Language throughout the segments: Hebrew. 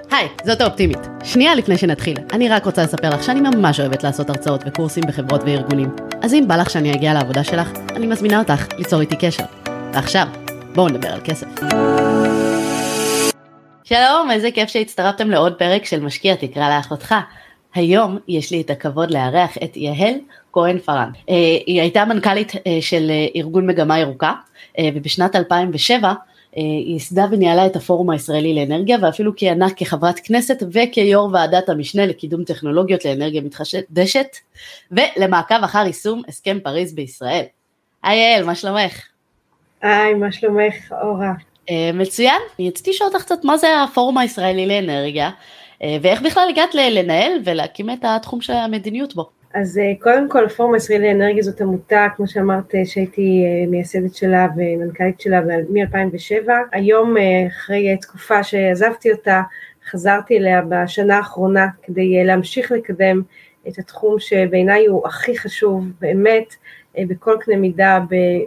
היי, זאת האופטימית. שנייה לפני שנתחיל, אני רק רוצה לספר לך שאני ממש אוהבת לעשות הרצאות וקורסים בחברות וארגונים. אז אם בא לך שאני אגיע לעבודה שלך, אני מזמינה אותך ליצור איתי קשר. ועכשיו, בואו נדבר על כסף. שלום, איזה כיף שהצטרפתם לעוד פרק של משקיע תקרא לאחותך. היום יש לי את הכבוד לארח את יהל כהן פארן. היא הייתה מנכ"לית של ארגון מגמה ירוקה, ובשנת 2007 היא ייסדה וניהלה את הפורום הישראלי לאנרגיה, ואפילו כיהנה כחברת כנסת וכיו"ר ועדת המשנה לקידום טכנולוגיות לאנרגיה מתחדשת, ולמעקב אחר יישום הסכם פריז בישראל. היי יהל, מה שלומך? היי, מה שלומך, אורה? מצוין, אני רציתי לשאול אותך קצת מה זה הפורום הישראלי לאנרגיה, ואיך בכלל הגעת לנהל ולהקים את התחום של המדיניות בו? אז קודם כל, הפורום הישראלי לאנרגיה זאת עמותה, כמו שאמרת, שהייתי מייסדת שלה ומנכ"לית שלה מ-2007. היום, אחרי תקופה שעזבתי אותה, חזרתי אליה בשנה האחרונה, כדי להמשיך לקדם את התחום שבעיניי הוא הכי חשוב, באמת, בכל קנה מידה,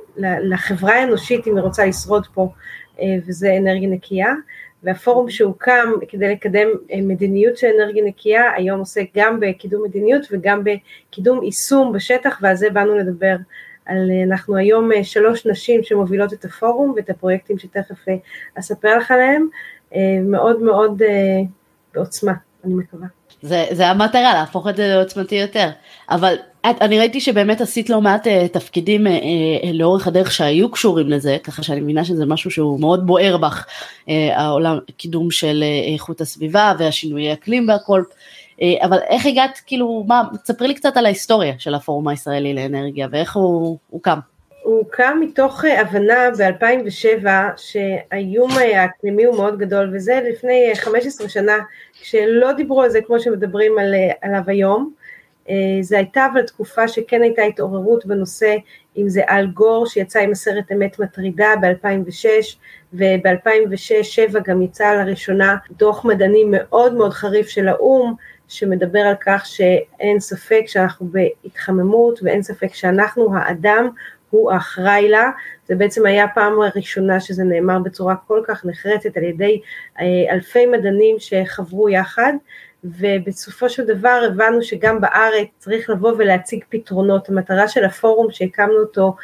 לחברה האנושית, אם היא רוצה לשרוד פה, וזה אנרגיה נקייה. והפורום שהוקם כדי לקדם מדיניות של אנרגיה נקייה, היום עוסק גם בקידום מדיניות וגם בקידום יישום בשטח, ועל זה באנו לדבר. אנחנו היום 3 נשים שמובילות את הפורום ואת הפרויקטים שתכף אספר לך עליהם, מאוד מאוד בעוצמה, אני מקווה. זה המטרה, להפוך את זה לעוצמתי יותר, אבל אני ראיתי שבאמת עשית לא מעט תפקידים לאורך הדרך שהיו קשורים לזה, ככה שאני מבינה שזה משהו שהוא מאוד בוער בך, העולם, קידום של איכות הסביבה והשינויי אקלים והכל, אבל איך הגעת, כאילו, תספרי לי קצת על ההיסטוריה של הפורום הישראלי לאנרגיה, ואיך הוא קם. הוא הוקם מתוך הבנה ב-2007 שהאיום האקלימי הוא מאוד גדול, וזה לפני 15 שנה, כשלא דיברו על זה כמו שמדברים עליו היום. זה הייתה אבל תקופה שכן הייתה התעוררות בנושא, אם זה אל גור שיצא עם הסרט אמת מטרידה ב-2006, וב-2006-2007 גם יצא לראשונה דוח מדעני מאוד מאוד חריף של האום, שמדבר על כך שאין ספק שאנחנו בהתחממות, ואין ספק שאנחנו, האדם, הוא האחראי לה. זה בעצם היה פעם הראשונה שזה נאמר בצורה כל כך נחרצת על ידי אלפי מדענים שחברו יחד, ובסופו של דבר הבנו שגם בארץ צריך לבוא ולהציג פתרונות. המטרה של הפורום שהקמנו אותו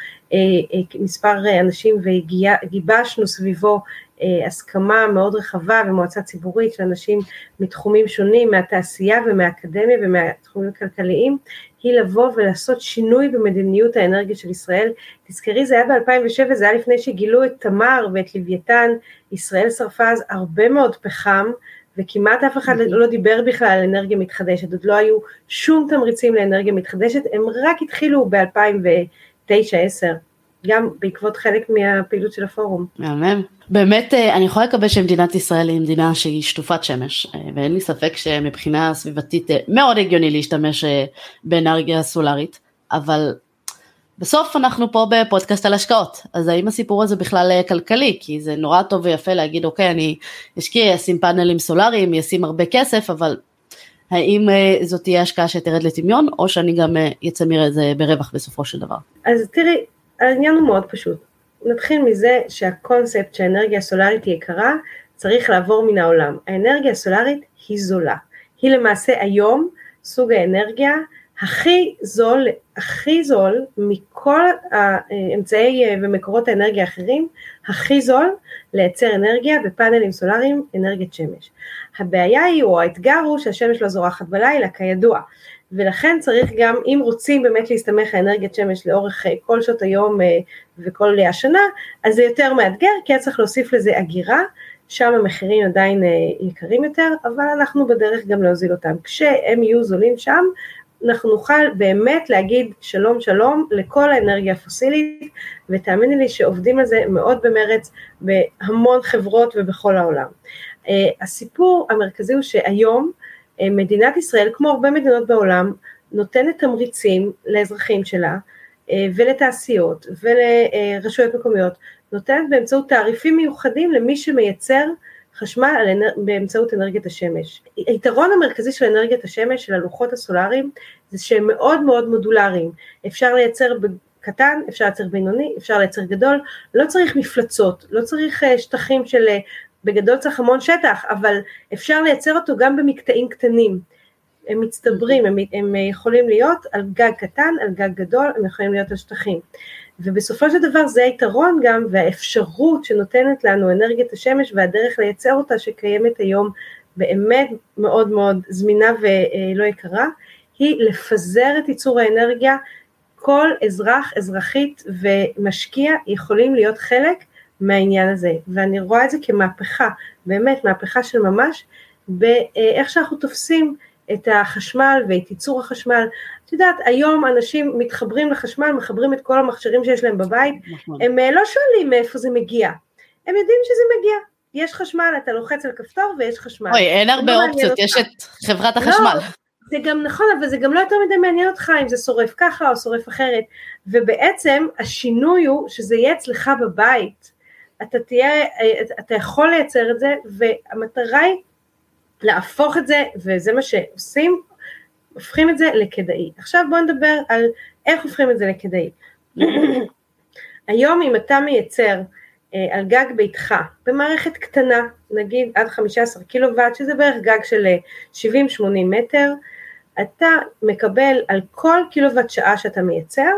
מספר אנשים וגיבשנו סביבו הסכמה מאוד רחבה ומועצה ציבורית של אנשים מתחומים שונים, מהתעשייה ומהאקדמיה ומהתחומים הכלכליים, היא לבוא ולעשות שינוי במדיניות האנרגיה של ישראל. תזכרי, זה היה ב-2007, זה היה לפני שגילו את תמר ואת לוויתן. ישראל שרפה אז הרבה מאוד פחם, וכמעט אף אחד לא דיבר בכלל על אנרגיה מתחדשת, עוד לא היו שום תמריצים לאנרגיה מתחדשת, הם רק התחילו ב-2009-2010, גם בעקבות חלק מהפעילות של הפורום. מהמם. באמת, אני יכולה לקבל שמדינת ישראל היא מדינה שהיא שטופת שמש, ואין לי ספק שמבחינה סביבתית מאוד הגיוני להשתמש באנרגיה סולארית, אבל בסוף אנחנו פה בפודקאסט על השקעות, אז האם הסיפור הזה בכלל כלכלי? כי זה נורא טוב ויפה להגיד, אוקיי, אני אשקיע, אשים פאנלים סולאריים, אשים הרבה כסף, אבל האם זאת תהיה השקעה שתרד לטמיון, או שאני גם יצא מזה ברווח בסופו של דבר? אז תראי, העניין הוא מאוד פשוט. נתחיל מזה שהקונספט שהאנרגיה הסולארית היא יקרה, צריך לעבור מן העולם. האנרגיה הסולארית היא זולה. היא למעשה היום סוג האנרגיה הכי זול מכל האמצעי ומקורות האנרגיה האחרים, הכי זול לייצר אנרגיה בפאנלים סולאריים, אנרגיית שמש. הבעיה היא, או האתגר הוא, שהשמש לא זורחת בלילה, כידוע, ולכן צריך גם, אם רוצים באמת להסתמך על אנרגיית שמש לאורך כל שעות היום וכל השנה, אז זה יותר מאתגר, כי צריך להוסיף לזה אגירה, שם המחירים עדיין יקרים יותר, אבל אנחנו בדרך גם להוזיל אותם. כשהם יהיו זולים שם, אנחנו נוכל באמת להגיד שלום שלום לכל האנרגיה הפוסילית, ותאמיני לי שעובדים על זה מאוד במרץ בהמון חברות ובכל העולם. הסיפור המרכזי הוא שהיום מדינת ישראל, כמו הרבה מדינות בעולם, נותנת תמריצים לאזרחים שלה ולתעשיות ולרשויות מקומיות, נותנת באמצעות תעריפים מיוחדים למי שמייצר חשמל באמצעות אנרגיית השמש. היתרון המרכזי של אנרגיית השמש, של הלוחות הסולאריים, זה שהם מאוד מאוד מודולריים. אפשר לייצר קטן, אפשר לייצר בינוני, אפשר לייצר גדול, לא צריך מפלצות, לא צריך שטחים של בגדול צריך המון שטח, אבל אפשר לייצר אותו גם במקטעים קטנים, הם מצטברים, הם יכולים להיות על גג קטן, על גג גדול, הם יכולים להיות על שטחים, ובסופו של דבר זה היתרון גם, והאפשרות שנותנת לנו אנרגיית השמש, והדרך לייצר אותה שקיימת היום, באמת מאוד מאוד זמינה ולא יקרה, היא לפזר את ייצור האנרגיה, כל אזרח, אזרחית ומשקיע יכולים להיות חלק מהעניין הזה, ואני רואה את זה כמהפכה, באמת מהפכה של ממש, באיך שאנחנו תופסים את החשמל ואת ייצור החשמל. את יודעת, היום אנשים מתחברים לחשמל, מחברים את כל המכשירים שיש להם בבית, הם לא שואלים מאיפה זה מגיע, הם יודעים שזה מגיע, יש חשמל, אתה לוחץ על כפתור ויש חשמל. אוי, אין הרבה אופציות, יש את חברת החשמל. זה גם נכון, אבל זה גם לא יותר מדי מעניין אותך אם זה שורף ככה או שורף אחרת, ובעצם השינוי הוא שזה יהיה אצלך בבית, אתה יכול לייצר את זה, והמטרה היא להפוך את זה, וזה מה שעושים, הופכים את זה לכדאי. עכשיו בואו נדבר על איך הופכים את זה לכדאי. היום אם אתה מייצר על גג ביתך, במערכת קטנה, נגיד עד 15 קילוואט, שזה בערך גג של 70-80 מטר, אתה מקבל על כל קילוואט שעה שאתה מייצר,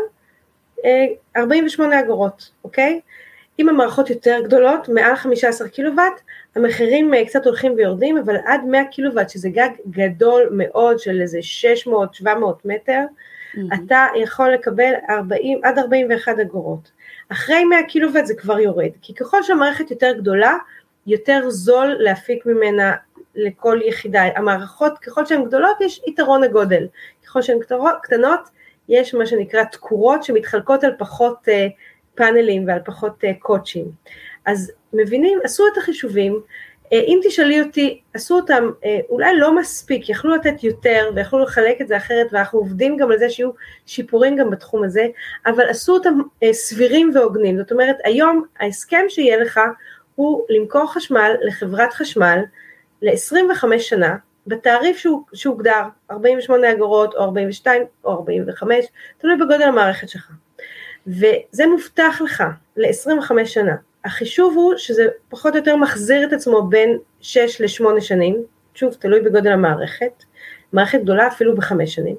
48 אגורות, אוקיי? אם המערכות יותר גדולות, מעל 15 קילוואט, המחירים קצת הולכים ויורדים, אבל עד 100 קילוואט, שזה גג גדול מאוד, של איזה 600-700 מטר, אתה יכול לקבל עד 41 אגורות. אחרי 100 קילוואט זה כבר יורד, כי ככל שהמערכת יותר גדולה, יותר זול להפיק ממנה לכל יחידה. המערכות, ככל שהן גדולות, יש יתרון הגודל. ככל שהן קטנות, יש מה שנקרא תקורות, שמתחלקות על פחות פאנלים ועל פחות קוצ'ים. אז מבינים, עשו את החישובים, אם תשאלי אותי, עשו אותם אולי לא מספיק, יכלו לתת יותר ויכלו לחלק את זה אחרת, ואנחנו עובדים גם על זה שיהיו שיפורים גם בתחום הזה, אבל עשו אותם סבירים והוגנים. זאת אומרת, היום ההסכם שיהיה לך הוא למכור חשמל לחברת חשמל ל-25 שנה, בתעריף שהוגדר, 48 אגורות או 42 או 45, תלוי בגודל המערכת שלך. וזה מובטח לך ל-25 שנה. החישוב הוא שזה פחות או יותר מחזיר את עצמו בין 6 ל-8 שנים, שוב תלוי בגודל המערכת, מערכת גדולה אפילו ב5 שנים,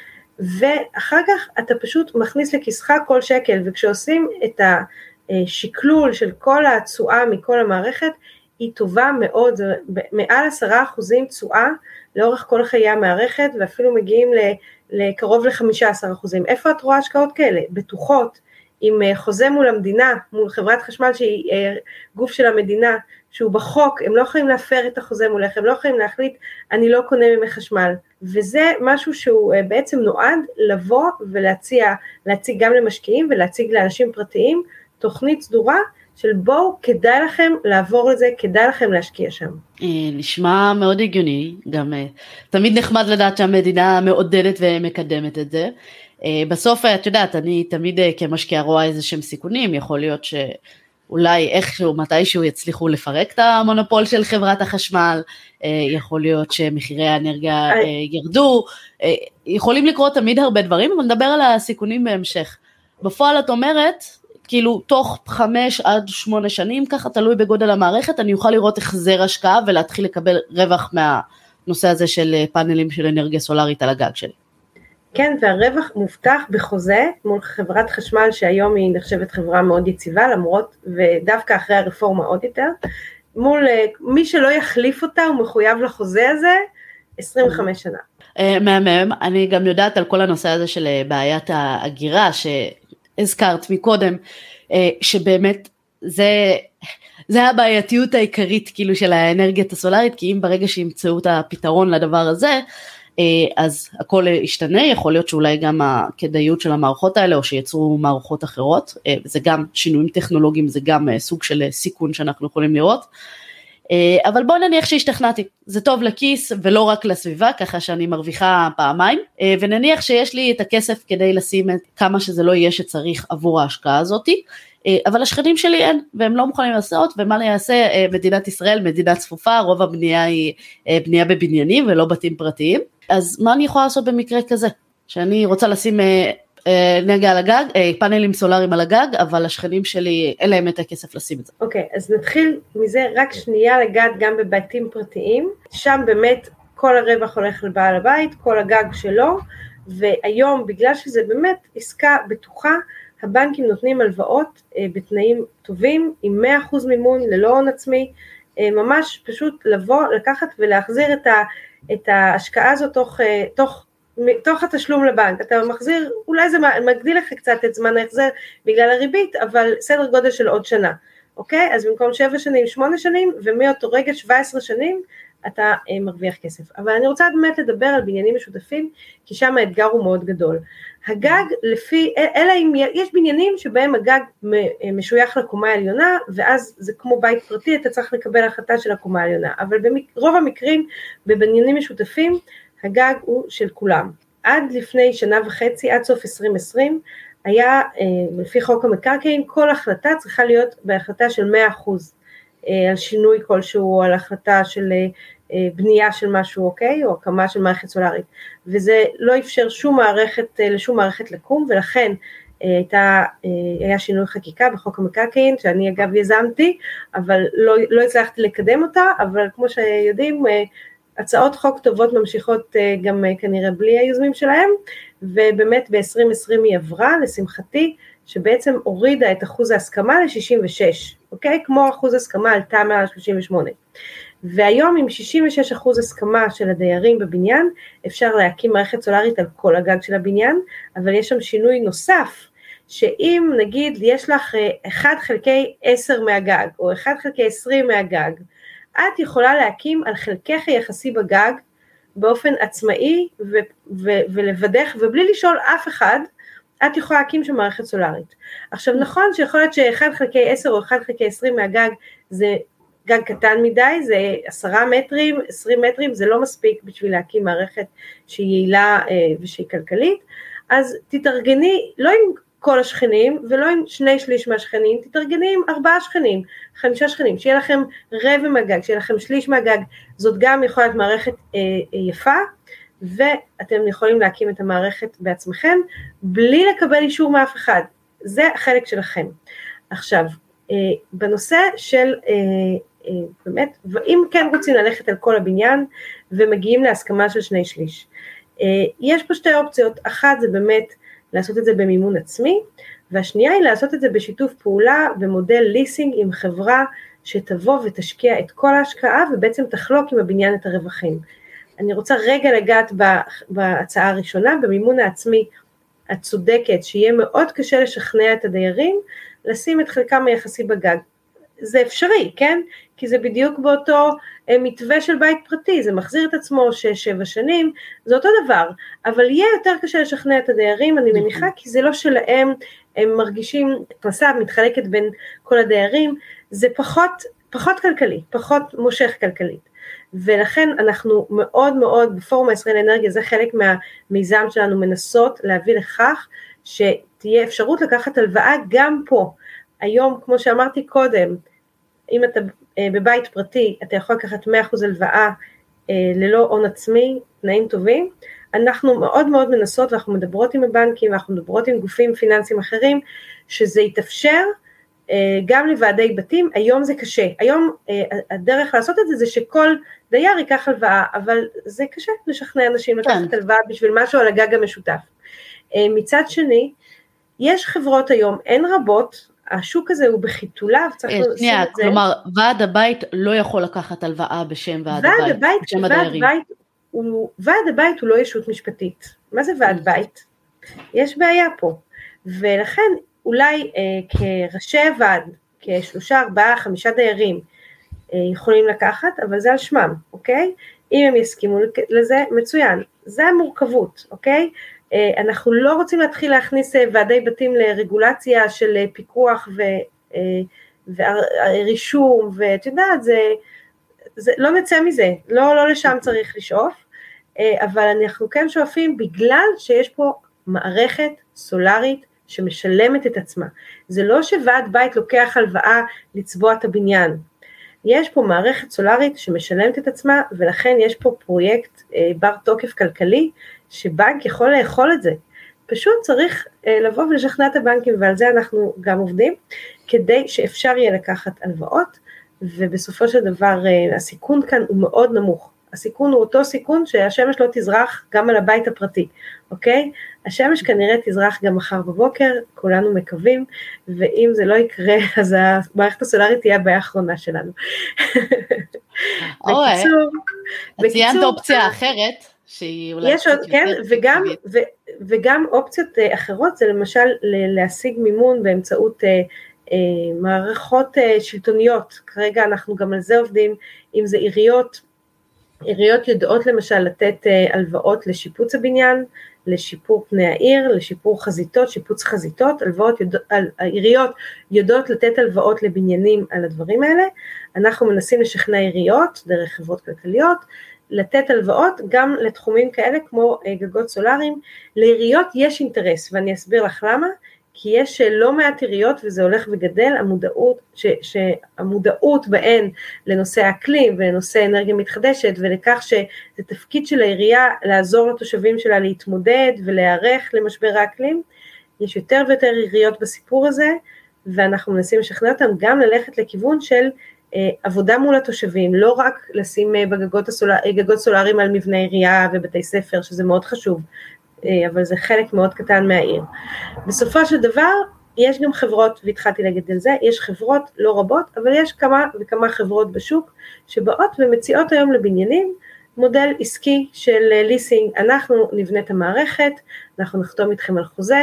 ואחר כך אתה פשוט מכניס לכיסך כל שקל, וכשעושים את השקלול של כל התשואה מכל המערכת, היא טובה מאוד, זה מעל 10% תשואה לאורך כל חיי המערכת, ואפילו מגיעים לקרוב ל15%. איפה את רואה השקעות כאלה? בטוחות, עם חוזה מול המדינה, מול חברת חשמל שהיא גוף של המדינה, שהוא בחוק, הם לא יכולים להפר את החוזה מולך, הם לא יכולים להחליט, אני לא קונה ממך חשמל, וזה משהו שהוא בעצם נועד לבוא ולהציג גם למשקיעים, ולהציג לאנשים פרטיים, תוכנית סדורה, של בואו, כדאי לכם לעבור לזה, כדאי לכם להשקיע שם. נשמע מאוד הגיוני, גם תמיד נחמד לדעת שהמדינה מעודדת ומקדמת את זה, בסוף את יודעת, אני תמיד כמשקיע רואה איזה שהם סיכונים, יכול להיות שאולי איכשהו, מתישהו יצליחו לפרק את המונופול של חברת החשמל, יכול להיות שמחירי האנרגיה ירדו, יכולים לקרות תמיד הרבה דברים, אבל נדבר על הסיכונים בהמשך. בפועל את אומרת, כאילו תוך 5 עד 8 שנים, ככה תלוי בגודל המערכת, אני אוכל לראות החזר השקעה, ולהתחיל לקבל רווח מהנושא הזה של פאנלים של אנרגיה סולארית על הגג שלי. כן, והרווח מובטח בחוזה מול חברת חשמל, שהיום היא נחשבת חברה מאוד יציבה, למרות, ודווקא אחרי הרפורמה עוד יותר, מול מי שלא יחליף אותה, הוא מחויב לחוזה הזה, 25 שנה. מהמם, אני גם יודעת על כל הנושא הזה של בעיית ההגירה, שהזכרת מקודם, שבאמת זה הבעייתיות העיקרית כאילו של האנרגיית הסולארית, כי אם ברגע שימצאו את הפתרון לדבר הזה, אז הכל ישתנה, יכול להיות שאולי גם הכדאיות של המערכות האלה, או שיצרו מערכות אחרות, זה גם שינויים טכנולוגיים, זה גם סוג של סיכון שאנחנו יכולים לראות, אבל בוא נניח שהשתכנעתי, זה טוב לכיס ולא רק לסביבה, ככה שאני מרוויחה פעמיים, ונניח שיש לי את הכסף כדי לשים את כמה שזה לא יהיה שצריך עבור ההשקעה הזאת, אבל השכנים שלי אין, והם לא מוכנים לעשות, ומה אני אעשה, מדינת ישראל, מדינה צפופה, רוב הבנייה היא בנייה בבניינים ולא בתים פרטיים, אז מה אני יכולה לעשות במקרה כזה? שאני רוצה לשים אנרגיה על הגג, פאנלים סולאריים על הגג, אבל השכנים שלי אין להם את הכסף לשים את זה. אוקיי, אז נתחיל מזה רק שנייה לגעת גם בבתים פרטיים, שם באמת כל הרווח הולך לבעל הבית, כל הגג שלו, והיום בגלל שזה באמת עסקה בטוחה, הבנקים נותנים הלוואות בתנאים טובים, עם 100% מימון ללא הון עצמי, ממש פשוט לבוא, לקחת ולהחזיר את ההשקעה הזאת תוך התשלום לבנק. אתה מחזיר, אולי זה מגדיל לך קצת את זמן ההחזר בגלל הריבית, אבל סדר גודל של עוד שנה, אוקיי? אז במקום 7 שנים, 8 שנים, ומאותו רגע 17 שנים, אתה מרוויח כסף. אבל אני רוצה באמת לדבר על בניינים משותפים, כי שם האתגר הוא מאוד גדול. הגג לפי, אלא אם יש בניינים שבהם הגג משוייך לקומה העליונה, ואז זה כמו בית פרטי, אתה צריך לקבל החלטה של הקומה העליונה, אבל ברוב המקרים, בבניינים משותפים, הגג הוא של כולם. עד לפני שנה וחצי, עד סוף 2020, היה, לפי חוק המקרקעין, כל החלטה צריכה להיות בהחלטה של 100%, על שינוי כלשהו, על החלטה של בנייה של משהו, אוקיי, או הקמה של מערכת סולארית, וזה לא אפשר לשום מערכת לקום, ולכן היה שינוי חקיקה בחוק המקרקעין, שאני אגב יזמתי, אבל לא הצלחתי לקדם אותה, אבל כמו שיודעים, הצעות חוק טובות ממשיכות גם כנראה בלי היוזמים שלהם, ובאמת ב-2020 היא עברה, לשמחתי, שבעצם הורידה את אחוז ההסכמה ל-66, אוקיי? כמו אחוז הסכמה על תמ"א 38. והיום עם 66% הסכמה של הדיירים בבניין, אפשר להקים מערכת סולארית על כל הגג של הבניין, אבל יש שם שינוי נוסף, שאם נגיד יש לך 1/10 מהגג, או 1/20 מהגג, את יכולה להקים על חלקך היחסי בגג, באופן עצמאי ולבדך, ובלי לשאול אף אחד, את יכולה להקים שם מערכת סולארית. עכשיו נכון שיכול להיות ש1/10 או 1/20 מהגג, זה גג קטן מדי, זה 10 מטרים, 20 מטרים, זה לא מספיק בשביל להקים מערכת שהיא יעילה ושהיא כלכלית, אז תתארגני, לא עם כל השכנים, ולא עם 2/3 מהשכנים, תתארגני עם 4 שכנים, 5 שכנים, שיהיה לכם רבע מהגג, שיהיה לכם 1/3 מהגג, זאת גם יכולה להיות מערכת יפה, ואתם יכולים להקים את המערכת בעצמכם, בלי לקבל אישור מאף אחד, זה החלק שלכם. עכשיו, בנושא של, באמת, ואם כן רוצים ללכת על כל הבניין, ומגיעים להסכמה של 2/3, יש פה 2 אופציות, אחת זה באמת, לעשות את זה במימון עצמי, והשנייה היא לעשות את זה בשיתוף פעולה, במודל ליסינג עם חברה, שתבוא ותשקיע את כל ההשקעה, ובעצם תחלוק עם הבניין את הרווחים. אני רוצה רגע לגעת בהצעה הראשונה, במימון העצמי הצודקת, שיהיה מאוד קשה לשכנע את הדיירים, לשים את חלקם היחסי בגג. זה אפשרי, כן? כי זה בדיוק באותו מתווה של בית פרטי, זה מחזיר את עצמו 6-7 שנים, זה אותו דבר, אבל יהיה יותר קשה לשכנע את הדיירים, אני מניחה, כי זה לא שלהם, הם מרגישים, הכנסה מתחלקת בין כל הדיירים, זה פחות כלכלי, פחות מושך כלכלית, ולכן אנחנו מאוד מאוד, בפורום הישראל לאנרגיה, זה חלק מהמיזם שלנו, מנסות להביא לכך, שתהיה אפשרות לקחת הלוואה גם פה, היום, כמו שאמרתי קודם, אם אתה בבית פרטי, אתה יכול לקחת 100% הלוואה ללא הון עצמי, תנאים טובים, אנחנו מאוד מאוד מנסות, ואנחנו מדברות עם הבנקים, ואנחנו מדברות עם גופים פיננסיים אחרים, שזה יתאפשר גם לוועדי בתים, היום זה קשה, היום הדרך לעשות את זה, זה שכל דייר ייקח הלוואה, אבל זה קשה לשכנע אנשים לקחת הלוואה, בשביל משהו על הגג המשותף. מצד שני, יש חברות היום, אין רבות, השוק הזה הוא בחיתוליו, צריך לשים את זה. כלומר, ועד הבית לא יכול לקחת הלוואה בשם ועד הבית, בשם הדיירים. ועד הבית הוא לא ישות משפטית. מה זה ועד בית? יש בעיה פה. ולכן אולי כראשי ועד, כ3, 4, 5 דיירים, יכולים לקחת, אבל זה על שמם, אוקיי? אם הם יסכימו לזה, מצוין. זה המורכבות, אוקיי? אנחנו לא רוצים להתחיל להכניס ועדי בתים לרגולציה של פיקוח ורישום, ואת יודעת, זה לא נצא מזה, לא לשם צריך לשאוף, אבל אנחנו כן שואפים בגלל שיש פה מערכת סולארית שמשלמת את עצמה. זה לא שוועד בית לוקח הלוואה לצבוע את הבניין, יש פה מערכת סולארית שמשלמת את עצמה, ולכן יש פה פרויקט בר תוקף כלכלי, שבנק יכול לאכול את זה. פשוט צריך לבוא ולשכנע את הבנקים, ועל זה אנחנו גם עובדים, כדי שאפשר יהיה לקחת הלוואות, ובסופו של דבר הסיכון כאן הוא מאוד נמוך. הסיכון הוא אותו סיכון שהשמש לא תזרח גם על הבית הפרטי, אוקיי? השמש כנראה תזרח גם מחר בבוקר, כולנו מקווים, ואם זה לא יקרה, אז המערכת הסולרית תהיה הבעיה האחרונה שלנו. בקיצור, ציינת אופציה אחרת, שהיא אולי יש עוד, כן, וגם אופציות אחרות, זה למשל להשיג מימון באמצעות מערכות שלטוניות, כרגע אנחנו גם על זה עובדים, אם זה עיריות יודעות למשל לתת הלוואות לשיפוץ הבניין, לשיפור פני העיר, לשיפור חזיתות, שיפוץ חזיתות, העיריות יודעות לתת הלוואות לבניינים על הדברים האלה, אנחנו מנסים לשכנע עיריות, דרך חברות כלכליות, לתת הלוואות גם לתחומים כאלה כמו גגות סולריים, לעיריות יש אינטרס, ואני אסביר לך למה, כי יש לא מעט עיריות וזה הולך וגדל, המודעות בהן לנושא האקלים ולנושא אנרגיה מתחדשת, ולכך שזה תפקיד של העירייה לעזור לתושבים שלה להתמודד ולהיערך למשבר האקלים, יש יותר ויותר עיריות בסיפור הזה, ואנחנו מנסים לשכנע אותם גם ללכת לכיוון של עבודה מול התושבים, לא רק לשים גגות סולריים על מבני עירייה ובתי ספר, שזה מאוד חשוב, אבל זה חלק מאוד קטן מהעיר. בסופו של דבר, יש גם חברות, והתחלתי להגיד על זה, יש חברות לא רבות, אבל יש כמה וכמה חברות בשוק, שבאות ומציעות היום לבניינים, מודל עסקי של ליסינג, אנחנו נבנה את המערכת, אנחנו נחתום איתכם על חוזה,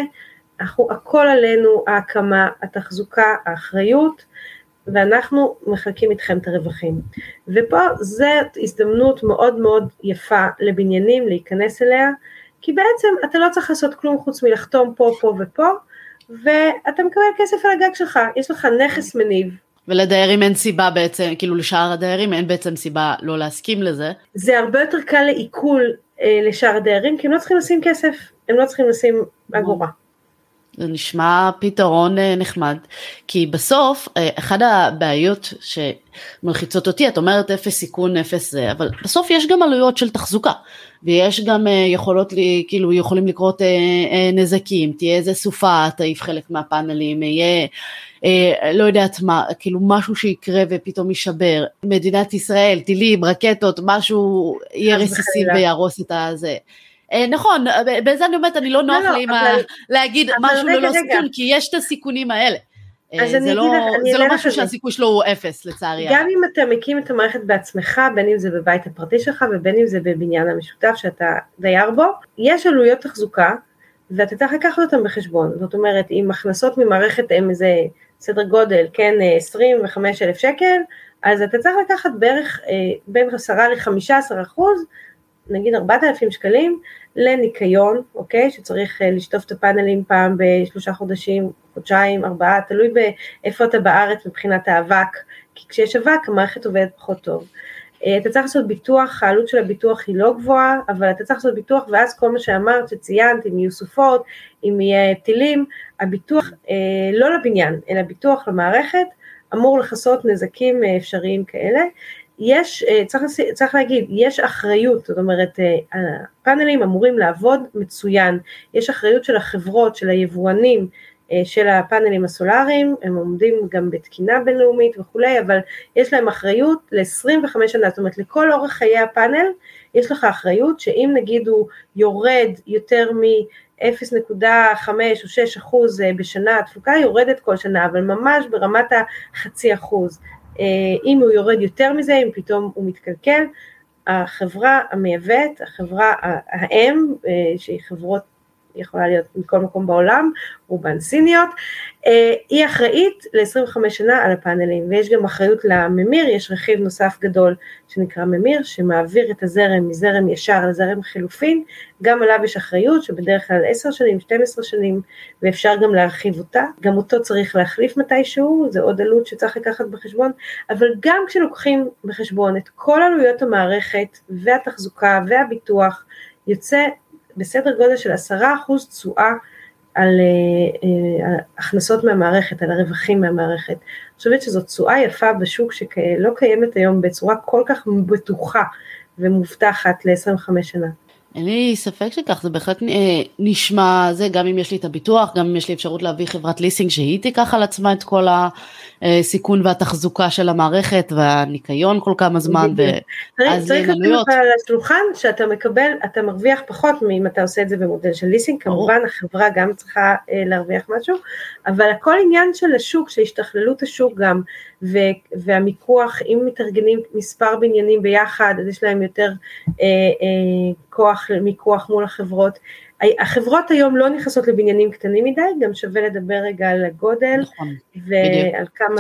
הכל עלינו, ההקמה, התחזוקה, האחריות, ואנחנו מחלקים איתכם את הרווחים. ופה זאת הזדמנות מאוד מאוד יפה לבניינים להיכנס אליה, כי בעצם אתה לא צריך לעשות כלום חוץ מלחתום פה, פה ופה, ואתה מקבל כסף על הגג שלך, יש לך נכס מניב. ולדיירים אין סיבה בעצם, כאילו לשאר הדיירים אין בעצם סיבה לא להסכים לזה. זה הרבה יותר קל לעיכול לשאר הדיירים, כי הם לא צריכים לשים כסף, הם לא צריכים לשים אגורה. זה נשמע פתרון נחמד, כי בסוף, אחד הבעיות שמלחיצות אותי, את אומרת אפס סיכון, אפס זה, אבל בסוף יש גם עלויות של תחזוקה, ויש גם יכולים לקרות נזקים, תהיה איזה סופה, תעיף חלק מהפאנלים, יהיה, לא יודעת מה, כאילו משהו שיקרה ופתאום יישבר, מדינת ישראל, טילים, רקטות, משהו יהיה רסיסי וירוס את הזה. נכון, בזה אני אומרת, אני לא נוח לי להגיד משהו ללא סיכון, כי יש את הסיכונים האלה. זה לא משהו שהסיכוי שלו הוא אפס, לצערי. גם אם אתה מקים את המערכת בעצמך, בין אם זה בבית הפרטי שלך, ובין אם זה בבניין המשותף שאתה דייר בו, יש עלויות תחזוקה, ואתה צריך לקחת אותם בחשבון. זאת אומרת, אם הכנסות ממערכת הם איזה סדר גודל, כן, 25,000 שקל, אז אתה צריך לקחת בערך בין 10% ל-15%, נגיד 4,000 שקלים, לניקיון, אוקיי, שצריך לשטוף את הפאנלים פעם ב3 חודשים, חודשיים, 4, תלוי באיפה אתה בארץ מבחינת האבק, כי כשיש אבק המערכת עובדת פחות טוב. אתה צריך לעשות ביטוח, העלות של הביטוח היא לא גבוהה, אבל אתה צריך לעשות ביטוח, ואז כל מה שאמרת, שציינת, אם יהיו סופות, אם יהיה טילים, הביטוח לא לבניין, אלא ביטוח למערכת, אמור לחסות נזקים אפשריים כאלה, צריך להגיד, יש אחריות, זאת אומרת, הפאנלים אמורים לעבוד מצוין, יש אחריות של החברות, של היבואנים, של הפאנלים הסולריים, הם עומדים גם בתקינה בינלאומית וכולי, אבל יש להם אחריות ל-25 שנה, זאת אומרת, לכל אורך חיי הפאנל, יש לך אחריות, שאם נגיד הוא יורד יותר מ-0.5 או 6% בשנה, התפוקה יורדת כל שנה, אבל ממש ברמת ה0.5%, אם הוא יורד יותר מזה, אם פתאום הוא מתקלקל, החברה המייבאת, החברה האם, שהיא חברות, יכולה להיות מכל מקום בעולם, רובן סיניות, היא אחראית ל-25 שנה על הפאנלים, ויש גם אחריות לממיר, יש רכיב נוסף גדול שנקרא ממיר, שמעביר את הזרם מזרם ישר לזרם חילופין, גם עליו יש אחריות, שבדרך כלל 10 שנים, 12 שנים, ואפשר גם להרחיב אותה, גם אותו צריך להחליף מתישהו, זה עוד עלות שצריך לקחת בחשבון, אבל גם כשלוקחים בחשבון את כל עלויות המערכת, והתחזוקה והביטוח, יוצא בסדר גודל של 10% תשואה על הכנסות מהמערכת, על הרווחים מהמערכת. אני חושבת שזו תשואה יפה בשוק שלא קיימת היום בצורה כל כך בטוחה ומובטחת ל-25 שנה. אין לי ספק שכך, זה בהחלט נשמע זה, גם אם יש לי את הביטוח, גם אם יש לי אפשרות להביא חברת ליסינג שהיא תיקח על עצמה את כל הסיכון והתחזוקה של המערכת והניקיון כל כמה זמן, צריך לשים לך על השולחן שאתה מקבל, אתה מרוויח פחות אם אתה עושה את זה במודל של ליסינג, כמובן החברה גם צריכה להרוויח משהו, אבל הכל עניין של השוק, שהשתכללות השוק גם, והמיקוח, אם מתארגנים מספר בניינים ביחד, אז יש להם יותר כוח מיקוח מול החברות. החברות היום לא נכנסות לבניינים קטנים מדי, גם שווה לדבר רגע על הגודל, ועל כמה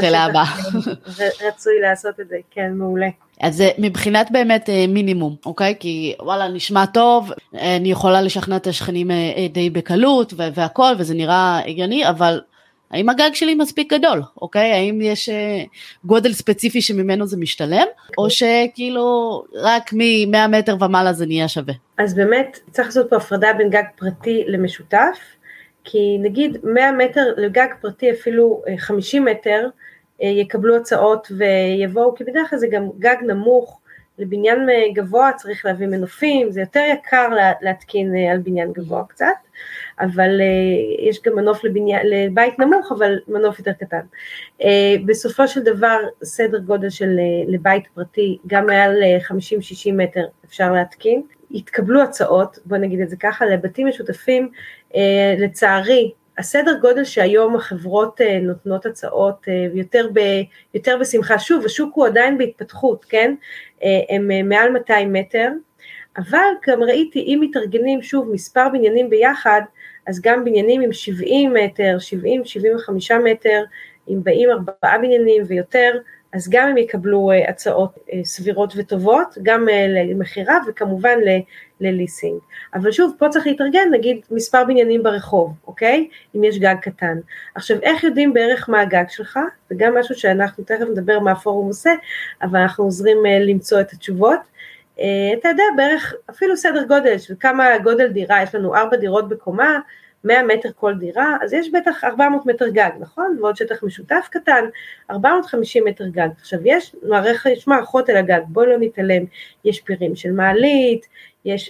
רצוי לעשות את זה, כן, מעולה. אז מבחינת באמת מינימום, אוקיי? כי וואלה, נשמע טוב, אני יכולה לשכנע את השכנים די בקלות והכל, וזה נראה הגיוני, אבל האם הגג שלי מספיק גדול, אוקיי? האם יש גודל ספציפי שממנו זה משתלם, או שכאילו רק מ-100 מטר ומעלה זה נהיה שווה? אז באמת צריך לעשות פה הפרדה בין גג פרטי למשותף, כי נגיד 100 מטר לגג פרטי, אפילו 50 מטר, יקבלו הצעות ויבואו, כי בדרך כלל זה גם גג נמוך, לבניין גבוה צריך להביא מנופים, זה יותר יקר להתקין על בניין גבוה קצת, אבל יש גם מנוף לבית נמוך, אבל מנוף יותר קטן. בסופו של דבר, סדר גודל של לבית פרטי, גם מעל 50-60 מטר אפשר להתקין, התקבלו הצעות, בוא נגיד את זה ככה, לבתים משותפים, לצערי, הסדר גודל שהיום החברות נותנות הצעות יותר בשמחה, שוב, השוק הוא עדיין בהתפתחות, כן? הם מעל 200 מטר, אבל גם ראיתי, אם מתארגנים שוב מספר בניינים ביחד, אז גם בניינים עם 70 מטר, 70-75 מטר, אם באים 4 בניינים ויותר, אז גם הם יקבלו הצעות סבירות וטובות, גם למחירה וכמובן לליסינג. אבל שוב, פה צריך להתארגן, נגיד מספר בניינים ברחוב, אוקיי? אם יש גג קטן. עכשיו, איך יודעים בערך מה הגג שלך? זה גם משהו שאנחנו תכף נדבר מה הפורום עושה, אבל אנחנו עוזרים למצוא את התשובות. אתה יודע, בערך אפילו סדר גודל, של כמה גודל דירה, יש לנו 4 דירות בקומה, 100 מטר כל דירה, אז יש בטח 400 מטר גג, נכון? ועוד שטח משותף קטן, 450 מטר גג. עכשיו יש מערכות על הגג, בואו לא נתעלם, יש פירים של מעלית, יש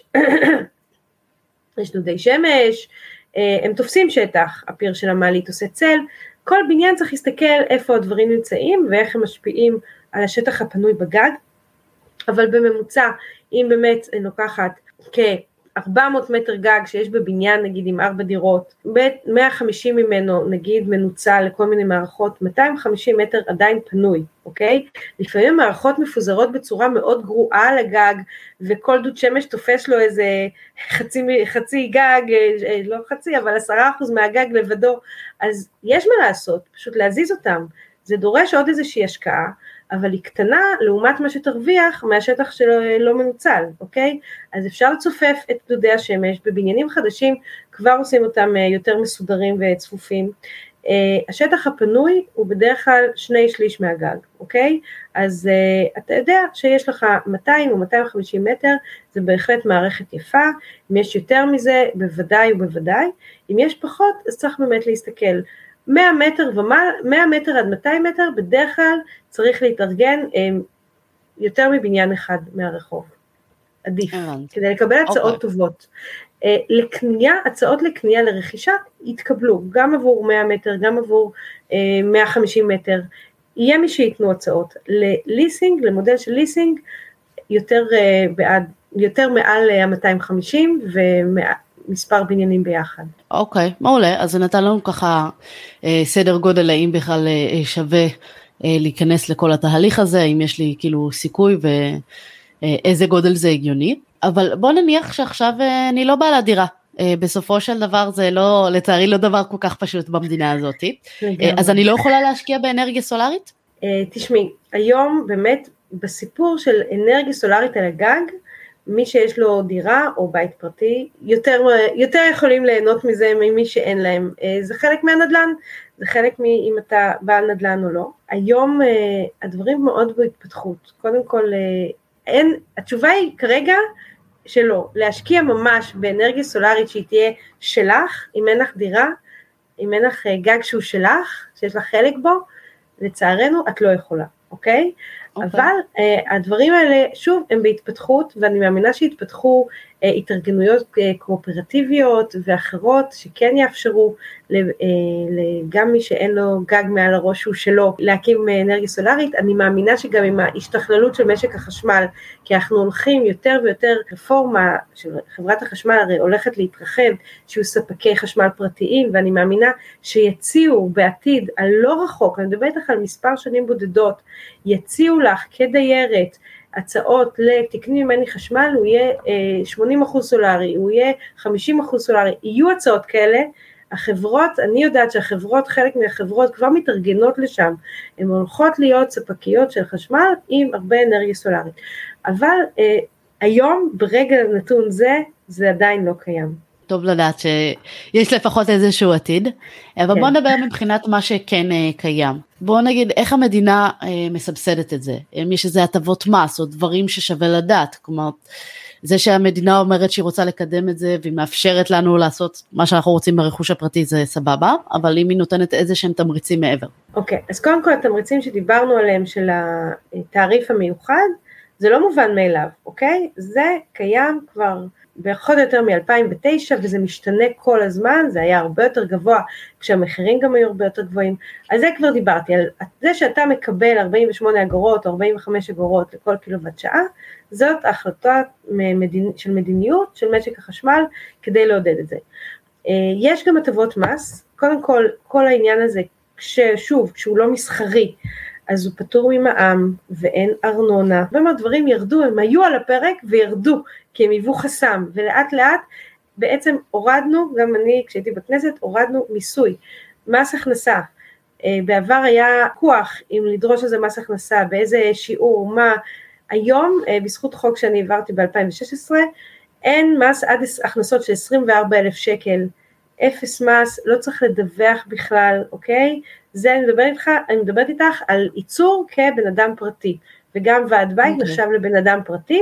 דודי שמש, הם תופסים שטח, הפיר של המעלית עושה צל, כל בניין צריך להסתכל איפה הדברים נמצאים, ואיך הם משפיעים על השטח הפנוי בגג, אבל בממוצע, אם באמת לוקחת 400 מטר גג שיש בבניין נגיד עם 4 דירות, 150 ממנו נגיד מנוצל לכל מיני מערכות, 250 מטר עדיין פנוי, אוקיי? לפעמים מערכות מפוזרות בצורה מאוד גרועה על הגג, וכל דוד שמש תופס לו איזה חצי גג, לא חצי, אבל 10% מהגג לבדו, אז יש מה לעשות, פשוט להזיז אותם, זה דורש עוד איזושהי השקעה, אבל היא קטנה לעומת מה שתרוויח מהשטח שלא מנוצל, אוקיי? אז אפשר לצופף את דודי השמש, בבניינים חדשים כבר עושים אותם יותר מסודרים וצפופים, השטח הפנוי הוא בדרך כלל 2/3 מהגג, אוקיי? אז אתה יודע שיש לך 200 או 250 מטר, זה בהחלט מערכת יפה, אם יש יותר מזה, בוודאי ובוודאי, אם יש פחות, אז צריך באמת להסתכל, 100 מטר ומעלה, 100 מטר עד 200 מטר, בדרך כלל צריך להתארגן יותר מבניין אחד מהרחוב. עדיף, כדי לקבל הצעות טובות. הצעות לקנייה לרכישה יתקבלו, גם עבור 100 מטר, גם עבור 150 מטר, יהיה מי שיתנו הצעות. לליסינג, למודל של ליסינג, יותר מעל 250 מספר בניינים ביחד. אוקיי, מעולה, אז זה נתן לנו ככה סדר גודל, האם בכלל שווה להיכנס לכל התהליך הזה, האם יש לי כאילו סיכוי ואיזה גודל זה הגיוני, אבל בוא נניח שעכשיו אני לא בעלת דירה, בסופו של דבר זה לא, לצערי לא דבר כל כך פשוט במדינה הזאת, אז אני לא יכולה להשקיע באנרגיה סולארית? תשמעי, היום באמת בסיפור של אנרגיה סולארית על הגג, מי שיש לו דירה או בית פרטי, יותר יכולים ליהנות מזה ממי שאין להם. זה חלק מהנדלן, זה חלק אם אתה בעל נדלן או לא. היום הדברים מאוד בהתפתחות. קודם כל, התשובה היא כרגע שלא, להשקיע ממש באנרגיה סולארית שהיא תהיה שלך, אם אין לך דירה, אם אין לך גג שהוא שלך, שיש לך חלק בו, לצערנו את לא יכולה, אוקיי? אבל הדברים האלה, שוב, הם בהתפתחות, ואני מאמינה שהתפתחו התארגנויות קואופרטיביות ואחרות, שכן יאפשרו גם מי שאין לו גג מעל הראש הוא שלו, להקים אנרגיה סולרית. אני מאמינה שגם עם ההשתכללות של משק החשמל, כי אנחנו הולכים יותר ויותר, רפורמה של חברת החשמל הרי הולכת להתרחב, שיהיו ספקי חשמל פרטיים, ואני מאמינה שיציעו בעתיד, על לא רחוק, אני מדברת לך על מספר שנים בודדות, יציעו לך כדיירת, הצעות לתקני ממני חשמל, הוא יהיה 80% סולרי, הוא יהיה 50% סולרי, יהיו הצעות כאלה, החברות, אני יודעת שהחברות, חלק מהחברות כבר מתארגנות לשם, הן הולכות להיות ספקיות של חשמל עם הרבה אנרגיה סולרית, אבל היום ברגע נתון זה עדיין לא קיים. טוב לדעת שיש לפחות איזשהו עתיד, אבל בואו נדבר מבחינת מה שכן קיים. בואו נגיד איך המדינה מסבסדת את זה, אם יש איזה הטבות מס או דברים ששווה לדעת, כלומר זה שהמדינה אומרת שהיא רוצה לקדם את זה והיא מאפשרת לנו לעשות מה שאנחנו רוצים ברכוש הפרטי זה סבבה, אבל אם היא נותנת איזה שהם תמריצים מעבר. אוקיי, אז קודם כל התמריצים שדיברנו עליהם של התעריף המיוחד, זה לא מובן מאליו, אוקיי? זה קיים כבר פחות או יותר מ-2009, וזה משתנה כל הזמן, זה היה הרבה יותר גבוה, כשהמחירים גם היו הרבה יותר גבוהים, על זה כבר דיברתי, על זה שאתה מקבל 48 אגורות או 45 אגורות לכל קילוואט שעה, זאת החלטה של מדיניות של משק החשמל, כדי לעודד את זה. יש גם הטבות מס, קודם כל העניין הזה, כשהוא לא מסחרי, אז הוא פטור ממע"מ ואין ארנונה, ומאוד דברים ירדו, הם היו על הפרק וירדו, כי הם היוו חסם, ולאט לאט בעצם הורדנו, גם אני כשהייתי בכנסת, הורדנו מיסוי, מס הכנסה, בעבר היה כוח אם לדרוש איזה מס הכנסה, באיזה שיעור, מה, היום בזכות חוק שאני העברתי ב-2016, אין מס עד הכנסות של 24,000 שקל, אפס מס, לא צריך לדווח בכלל, אוקיי? זה אני מדברת איתך על ייצור כבן אדם פרטי, וגם ועד בית נחשב לבן אדם פרטי,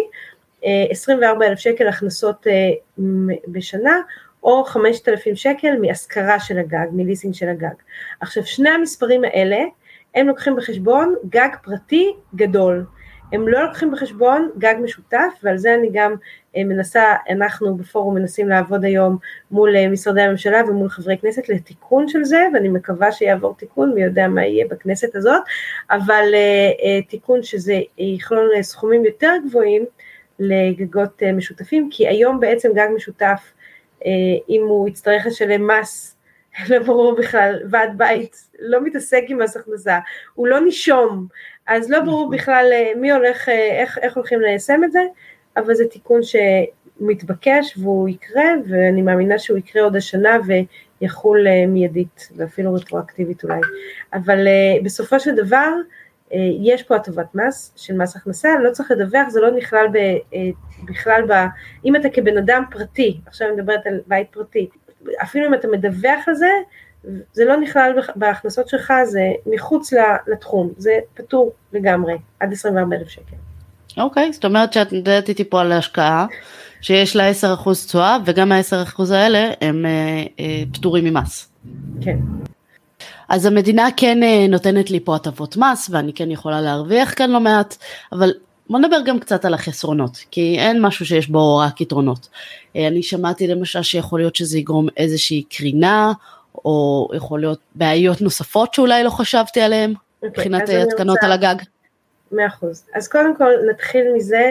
24,000 שקל הכנסות בשנה, או 5,000 שקל מהשכרה של הגג, מליסינג של הגג. עכשיו, שני המספרים האלה, הם לוקחים בחשבון גג פרטי גדול, הם לא לוקחים בחשבון גג משותף, ועל זה אני גם אנחנו בפורום מנסים לעבוד היום מול משרדי הממשלה ומול חברי כנסת לתיקון של זה, ואני מקווה שיעבור תיקון, מי יודע מה יהיה בכנסת הזאת, אבל תיקון שזה יכלול סכומים יותר גבוהים לגגות משותפים, כי היום בעצם גג משותף, אם הוא יצטרך לשלם מס, לא ברור בכלל, ועד בית, לא מתעסק עם מס הכנסה, הוא לא נישום, אז לא ברור בכלל מי הולך, איך הולכים ליישם את זה, אבל זה תיקון שמתבקש והוא יקרה, ואני מאמינה שהוא יקרה עוד השנה ויחול מיידית, ואפילו רטרואקטיבית אולי. אבל בסופו של דבר, יש פה הטבת מס של מס הכנסה, לא צריך לדווח, זה לא נכלל בכלל, אם אתה כבן אדם פרטי, עכשיו אני מדברת על בית פרטי, אפילו אם אתה מדווח על זה, זה לא נכלל בהכנסות שלך, זה מחוץ לתחום, זה פטור לגמרי, עד 24,000 שקל. אוקיי, זאת אומרת שאת מדעת איתי פה על ההשקעה, שיש לה 10% תשואה, וגם ה10% האלה הם פטורים ממס. כן. אז המדינה כן נותנת לי פה הטבות מס, ואני כן יכולה להרוויח כאן לא מעט, אבל בוא נדבר גם קצת על החסרונות, כי אין משהו שיש בו רק יתרונות. אני שמעתי למשל שיכול להיות שזה יגרום איזושהי קרינה, או יכול להיות בעיות נוספות שאולי לא חשבתי עליהן, מבחינת התקנות על הגג. 100%. אז קודם כל נתחיל מזה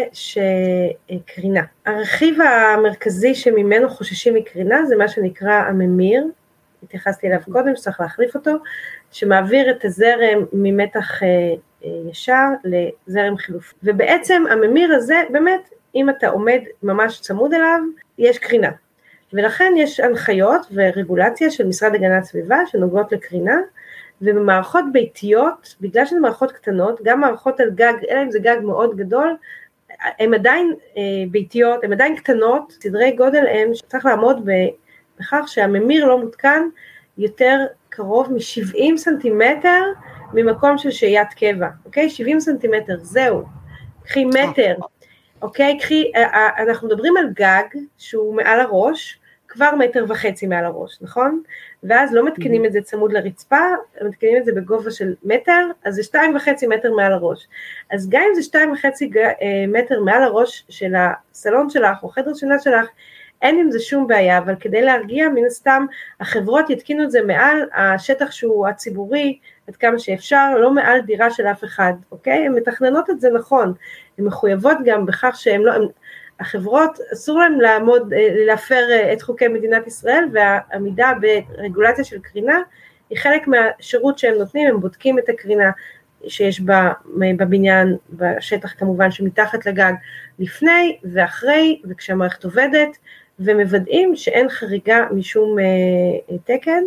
שקרינה. הרכיב המרכזי שממנו חוששים מקרינה, זה מה שנקרא הממיר, התייחסתי אליו קודם, שצריך להחליף אותו, שמעביר את הזרם ממתח ישר לזרם חילופי. ובעצם הממיר הזה, באמת, אם אתה עומד ממש צמוד אליו, יש קרינה. ולכן יש הנחיות ורגולציה של משרד הגנת סביבה שנוגעות לקרינה, ובמערכות ביתיות, בגלל שזה מערכות קטנות, גם מערכות על גג, אלא אם זה גג מאוד גדול, הן עדיין ביתיות, הן עדיין קטנות, סדרי גודל הם שצריך לעמוד בכך שהממיר לא מותקן יותר קרוב מ-70 סנטימטר ממקום של שהיית קבע, אוקיי? 70 סנטימטר, זהו, קחי מטר, אוקיי? אנחנו מדברים על גג שהוא מעל הראש, כבר 1.5 מטר מעל הראש, נכון? ואז לא מתקינים את זה צמוד לרצפה, מתקינים את זה בגובה של מטר, אז זה 2.5 מטר מעל הראש. אז גם אם זה 2.5 מטר מעל הראש של הסלון שלך, או חדר שינה שלך, אין עם זה שום בעיה, אבל כדי להרגיע, מן הסתם, החברות יתקינו את זה מעל השטח שהוא הציבורי, עד כמה שאפשר, לא מעל דירה של אף אחד, אוקיי? הן מתכננות את זה נכון, הן מחויבות גם בכך שהן לא, החברות, אסור להן להפר את חוקי מדינת ישראל, והעמידה ברגולציה של קרינה, היא חלק מהשירות שהם נותנים, הם בודקים את הקרינה שיש בבניין, בשטח כמובן שמתחת לגג, לפני ואחרי, וכשהמערכת עובדת, ומוודאים שאין חריגה משום תקן,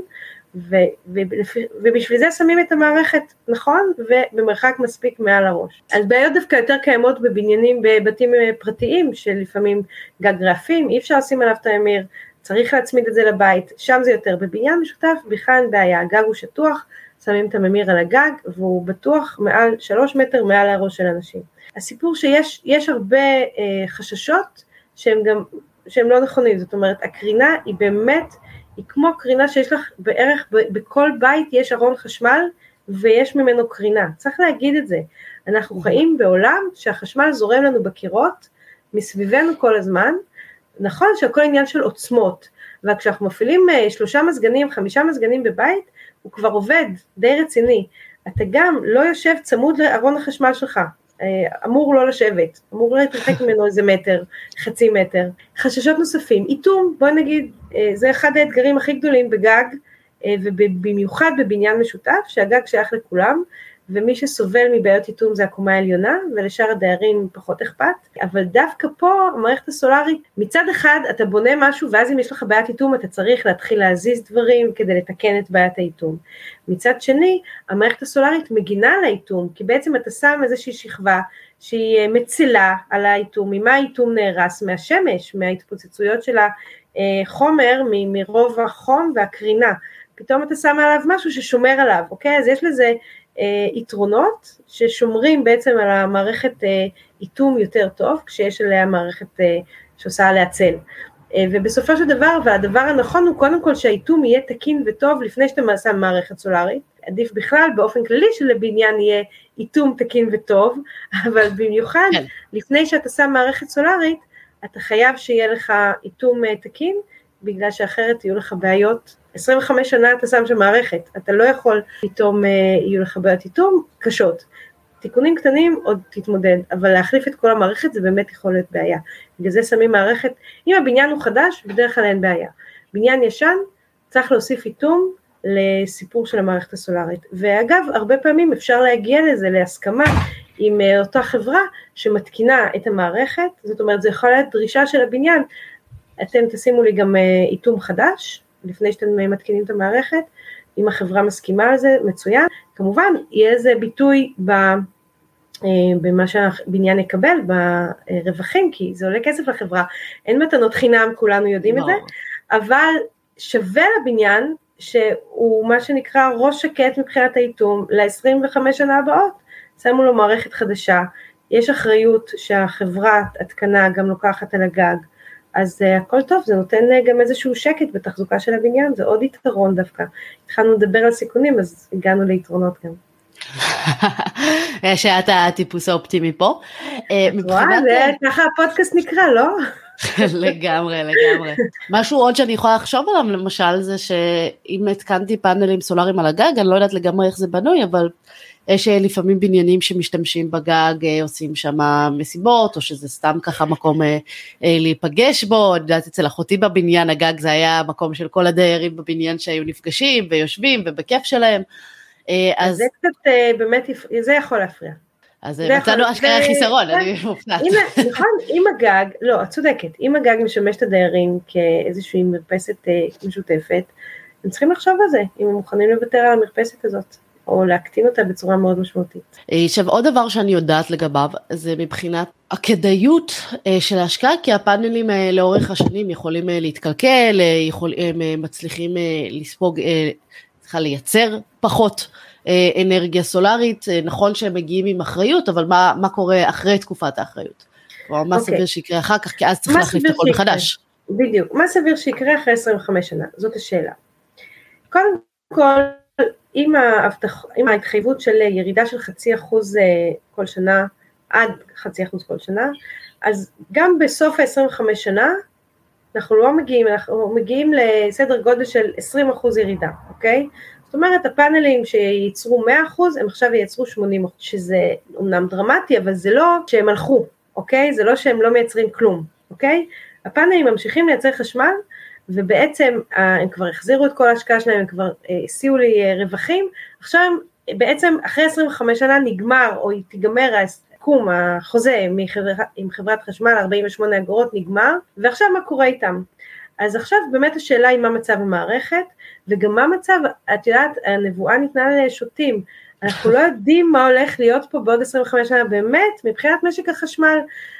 ובשביל זה שמים את המערכת נכון, ובמרחק מספיק מעל הראש. אז בעיות דווקא יותר קיימות בבניינים, בבתים פרטיים, שלפעמים גג רעפים, אי אפשר לשים עליו את הממיר, צריך להצמיד את זה לבית, שם זה יותר, בבניין משותף, בכלל אין בעיה, הגג הוא שטוח, שמים את הממיר על הגג, והוא בטוח מעל 3 מטר מעל הראש של אנשים. הסיפור שיש הרבה חששות, שהם לא נכונים, זאת אומרת, הקרינה היא באמת, היא כמו קרינה שיש לך בערך, בכל בית יש ארון חשמל, ויש ממנו קרינה, צריך להגיד את זה, אנחנו חיים בעולם שהחשמל זורם לנו בקירות, מסביבנו כל הזמן, נכון שהכל עניין של עוצמות, וכשאנחנו מפעילים 3 מזגנים, 5 מזגנים בבית, הוא כבר עובד די רציני, אתה גם לא יושב צמוד לארון החשמל שלך, אמור לא לשבת, אמור להתרחק ממנו איזה מטר, חצי מטר. חששות נוספים, איתום, בוא נגיד, זה אחד האתגרים הכי גדולים בגג, ובמיוחד בבניין משותף, שהגג שייך לכולם, ומי שסובל מבעיות איתום זה הקומה העליונה, ולשאר הדיירים פחות אכפת, אבל דווקא פה המערכת הסולארית, מצד אחד אתה בונה משהו, ואז אם יש לך בעיית איתום, אתה צריך להתחיל להזיז דברים, כדי לתקן את בעיית האיתום. מצד שני, המערכת הסולארית מגינה על האיתום, כי בעצם אתה שם איזושהי שכבה, שהיא מצילה על האיתום, ממה האיתום נהרס? מהשמש, מההתפוצצויות של החומר, מרוב החום והקרינה, פתאום אתה שם עליו משהו ששומר עליו, אוקיי? אז יש לזה יתרונות ששומרים בעצם על המערכת איתום יותר טוב, כשיש עליה מערכת שעושה עליה צל. ובסופו של דבר, והדבר הנכון הוא קודם כל שהאיתום יהיה תקין וטוב לפני שאתה שם מערכת סולארית, עדיף בכלל באופן כללי שלבניין יהיה איתום תקין וטוב, אבל במיוחד לפני שאתה שם מערכת סולארית, אתה חייב שיהיה לך איתום תקין, בגלל שאחרת יהיו לך בעיות, 25 שנה אתה שם שם מערכת, אתה לא יכול פתאום יהיו לך בעיות איתום קשות, תיקונים קטנים עוד תתמודד, אבל להחליף את כל המערכת זה באמת יכול להיות בעיה, בגלל זה שמים מערכת, אם הבניין הוא חדש, בדרך כלל אין בעיה, בניין ישן צריך להוסיף איתום לסיפור של המערכת הסולארית, ואגב הרבה פעמים אפשר להגיע לזה להסכמה עם אותה חברה שמתקינה את המערכת, זאת אומרת זה יכול להיות דרישה של הבניין, אתם תשימו לי גם איתום חדש, לפני שאתם מתקינים את המערכת, אם החברה מסכימה על זה, מצוין, כמובן יהיה איזה ביטוי במה שהבניין יקבל, ברווחים, כי זה עולה כסף לחברה, אין מתנות חינם, כולנו יודעים את זה, אבל שווה לבניין, שהוא מה שנקרא ראש שקט מבחינת האיתום, ל-25 שנה הבאות, שמו לו מערכת חדשה, יש אחריות שהחברה התקנה גם לוקחת על הגג, אז הכל טוב, זה נותן גם איזשהו שקט בתחזוקה של הבניין, זה עוד יתרון דווקא. התחלנו לדבר על סיכונים, אז הגענו ליתרונות גם. שאת הטיפוס האופטימי פה. זה ככה הפודקאסט נקרא, לא? לגמרי. משהו עוד שאני יכולה לחשוב עליו, למשל, זה שאם התקנתי פאנלים סולאריים על הגג, אני לא יודעת לגמרי איך זה בנוי, אבל יש לפעמים בניינים שמשתמשים בגג, עושים שם מסיבות, או שזה סתם ככה מקום להיפגש בו, אני יודעת אצל אחותי בבניין, הגג זה היה מקום של כל הדיירים בבניין שהיו נפגשים ויושבים ובכיף שלהם. אז זה קצת באמת, זה יכול להפריע. אז מצאנו אשכרה חיסרון, אני מופתעת. נכון, אם הגג, לא, את צודקת, אם הגג משמש את הדיירים כאיזושהי מרפסת משותפת, הם צריכים לחשוב על זה, אם הם מוכנים לוותר על המרפסת הזאת. או להקטין אותה בצורה מאוד משמעותית. עכשיו, עוד דבר שאני יודעת לגביו, זה מבחינת הכדאיות של ההשקעה, כי הפאנלים לאורך השנים יכולים להתקלקל, הם מצליחים לספוג, לייצר פחות אנרגיה סולארית, נכון שהם מגיעים עם אחריות, אבל מה קורה אחרי תקופת האחריות? כלומר, מה סביר שיקרה אחר כך, כי אז צריך להחליף את הכל מחדש. בדיוק, מה סביר שיקרה אחרי 25 שנה? זאת השאלה. קודם כל, עם ההתחייבות של ירידה של 0.5% כל שנה, עד 0.5% כל שנה, אז גם בסוף ה-25 שנה, אנחנו מגיעים לסדר גודל של 20% ירידה, אוקיי? זאת אומרת, הפאנלים שייצרו 100%, הם עכשיו ייצרו 80%, שזה אומנם דרמטי, אבל זה לא שהם הלכו, אוקיי? זה לא שהם לא מייצרים כלום, אוקיי? הפאנלים ממשיכים לייצר חשמל, ובעצם הם כבר החזירו את כל ההשקעה שלהם, הם כבר הסיעו לי רווחים, עכשיו בעצם אחרי 25 שנה נגמר, או תיגמר קום החוזה עם חברת חשמל, 48 אגורות נגמר, ועכשיו מה קורה איתם? אז עכשיו באמת השאלה היא מה מצב המערכת, וגם מה מצב, את יודעת, הנבואה ניתנה לשוטים, אנחנו לא יודעים מה הולך להיות פה בעוד 25 שנה, באמת, מבחינת משק החשמל,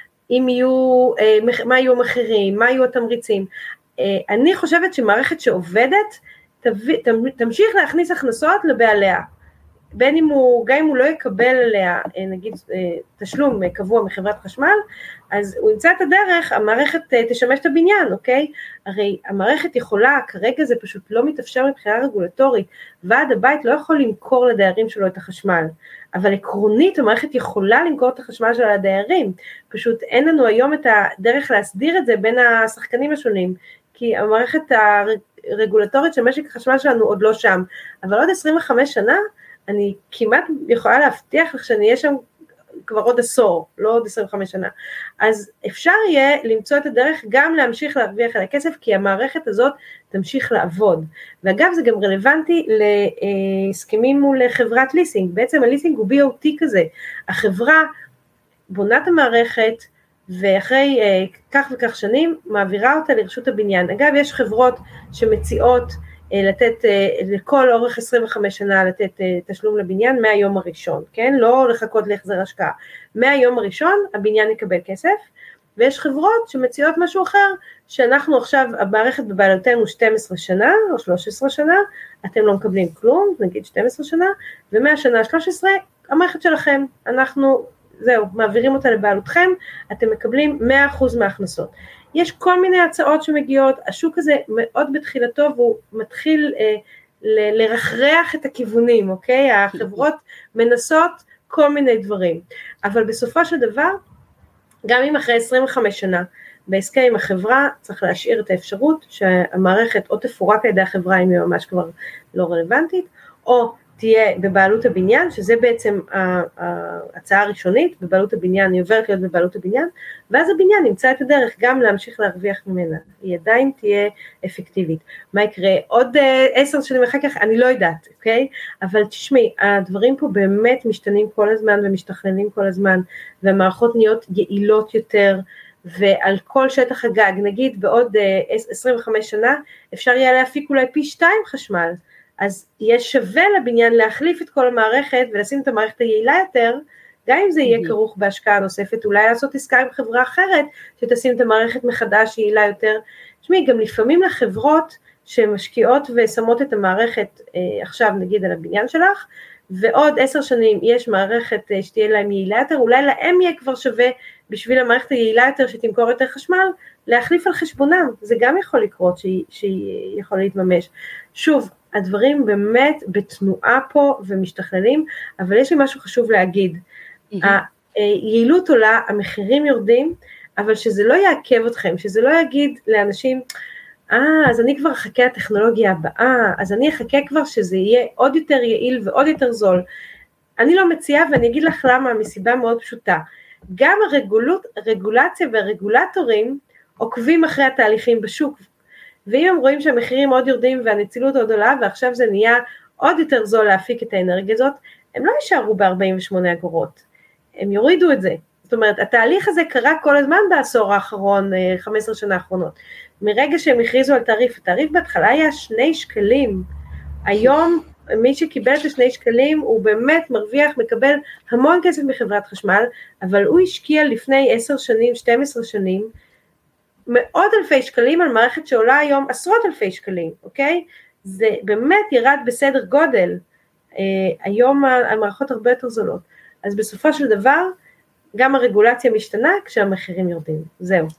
מה יהיו המחירים, מה יהיו התמריצים, אני חושבת שמערכת שעובדת, תמשיך להכניס הכנסות לבעליה, בין אם גם אם הוא לא יקבל עליה, נגיד, תשלום קבוע מחברת חשמל, אז הוא ימצא את הדרך, המערכת תשמש את הבניין, אוקיי? הרי המערכת יכולה, כרגע זה פשוט לא מתאפשר מבחינה רגולטורית, ועד הבית לא יכול למכור לדיירים שלו את החשמל, אבל עקרונית המערכת יכולה למכור את החשמל של הדיירים, פשוט אין לנו היום את הדרך להסדיר את זה בין השחקנים השונים, כי המערכת הרגולטורית של משק החשמל שלנו עוד לא שם, אבל עוד 25 שנה, אני כמעט יכולה להבטיח לך שאני אהיה שם כבר עוד עשור, לא עוד 25 שנה, אז אפשר יהיה למצוא את הדרך גם להמשיך להרוויח על הכסף, כי המערכת הזאת תמשיך לעבוד, ואגב זה גם רלוונטי להסכמים מול חברת ליסינג, בעצם הליסינג הוא BOT כזה, החברה בונה את המערכת, ואחרי כך וכך שנים מעבירה אותה לרשות הבניין, אגב יש חברות שמציעות לתת לכל אורך 25 שנה לתת תשלום לבניין מהיום הראשון, כן? לא לחכות להחזר השקעה. מהיום הראשון הבניין יקבל כסף, ויש חברות שמציעות משהו אחר, שאנחנו עכשיו, המערכת בבעלותנו 12 שנה או 13 שנה, אתם לא מקבלים כלום, נגיד 12 שנה, ומהשנה 13 המערכת שלכם, אנחנו, זהו, מעבירים אותה לבעלותכם, אתם מקבלים 100% מההכנסות. יש כל מיני הצעות שמגיעות, השוק הזה מאוד בתחילתו, והוא מתחיל לרחרח את הכיוונים, אוקיי? החברות מנסות כל מיני דברים, אבל בסופו של דבר, גם אם אחרי 25 שנה, בהסכם עם החברה, צריך להשאיר את האפשרות, שהמערכת או תפורק על ידי החברה, אם היא ממש כבר לא רלוונטית, או תהיה בבעלות הבניין, שזה בעצם ההצעה הראשונית, בבעלות הבניין, היא עוברת להיות בבעלות הבניין, ואז הבניין נמצא את הדרך גם להמשיך להרוויח ממנה, היא עדיין תהיה אפקטיבית. מה יקרה? עוד 10 שנים אחר כך, אני לא יודעת, אוקיי? אבל תשמעי, הדברים פה באמת משתנים כל הזמן, ומשתכללים כל הזמן, והמערכות נהיות יעילות יותר, ועל כל שטח הגג, נגיד בעוד 25 שנה, אפשר יהיה להפיק אולי פי 2 חשמל, אז יהיה שווה לבניין להחליף את כל המערכת, ולשים את המערכת היעילה יותר, גם אם זה יהיה כרוך בהשקעה נוספת, אולי לעשות עסקה עם חברה אחרת, שתשים את המערכת מחדש יעילה יותר. תשמעי, גם לפעמים לחברות, שמשקיעות ושמות את המערכת, עכשיו נגיד על הבניין שלך, ועוד 10 שנים יש מערכת שתהיה להם יעילה יותר, אולי להם יהיה כבר שווה, בשביל המערכת היעילה יותר, שתמכור יותר חשמל, להחליף על חשבונם, זה גם יכול לקרות, שהיא יכולה להתממש. שוב, הדברים באמת בתנועה פה ומשתכללים, אבל יש לי משהו חשוב להגיד, היעילות עולה, המחירים יורדים, אבל שזה לא יעכב אתכם, שזה לא יגיד לאנשים, אז אני כבר אחכה הטכנולוגיה הבאה, אז אני אחכה כבר שזה יהיה עוד יותר יעיל ועוד יותר זול. אני לא מציעה, ואני אגיד לך למה, מסיבה מאוד פשוטה, גם הרגולציה והרגולטורים עוקבים אחרי התהליכים בשוק, ואם הם רואים שהמחירים עוד יורדים והנצילות עוד עולה, ועכשיו זה נהיה עוד יותר זול להפיק את האנרגיה הזאת, הם לא יישארו ב-48 אגורות, הם יורידו את זה. זאת אומרת, התהליך הזה קרה כל הזמן בעשור האחרון, 15 שנה האחרונות. מרגע שהם הכריזו על תעריף, התעריף בהתחלה היה 2 שקלים, היום מי שקיבל את 2 שקלים, הוא באמת מרוויח, מקבל המון כסף מחברת חשמל, אבל הוא השקיע לפני 10 שנים, 12 שנים, מאות אלפי שקלים על מערכת שעולה היום עשרות אלפי שקלים, אוקיי? זה באמת ירד בסדר גודל, היום המערכות הרבה יותר זולות, אז בסופו של דבר, גם הרגולציה משתנה כשהמחירים יורדים, זהו.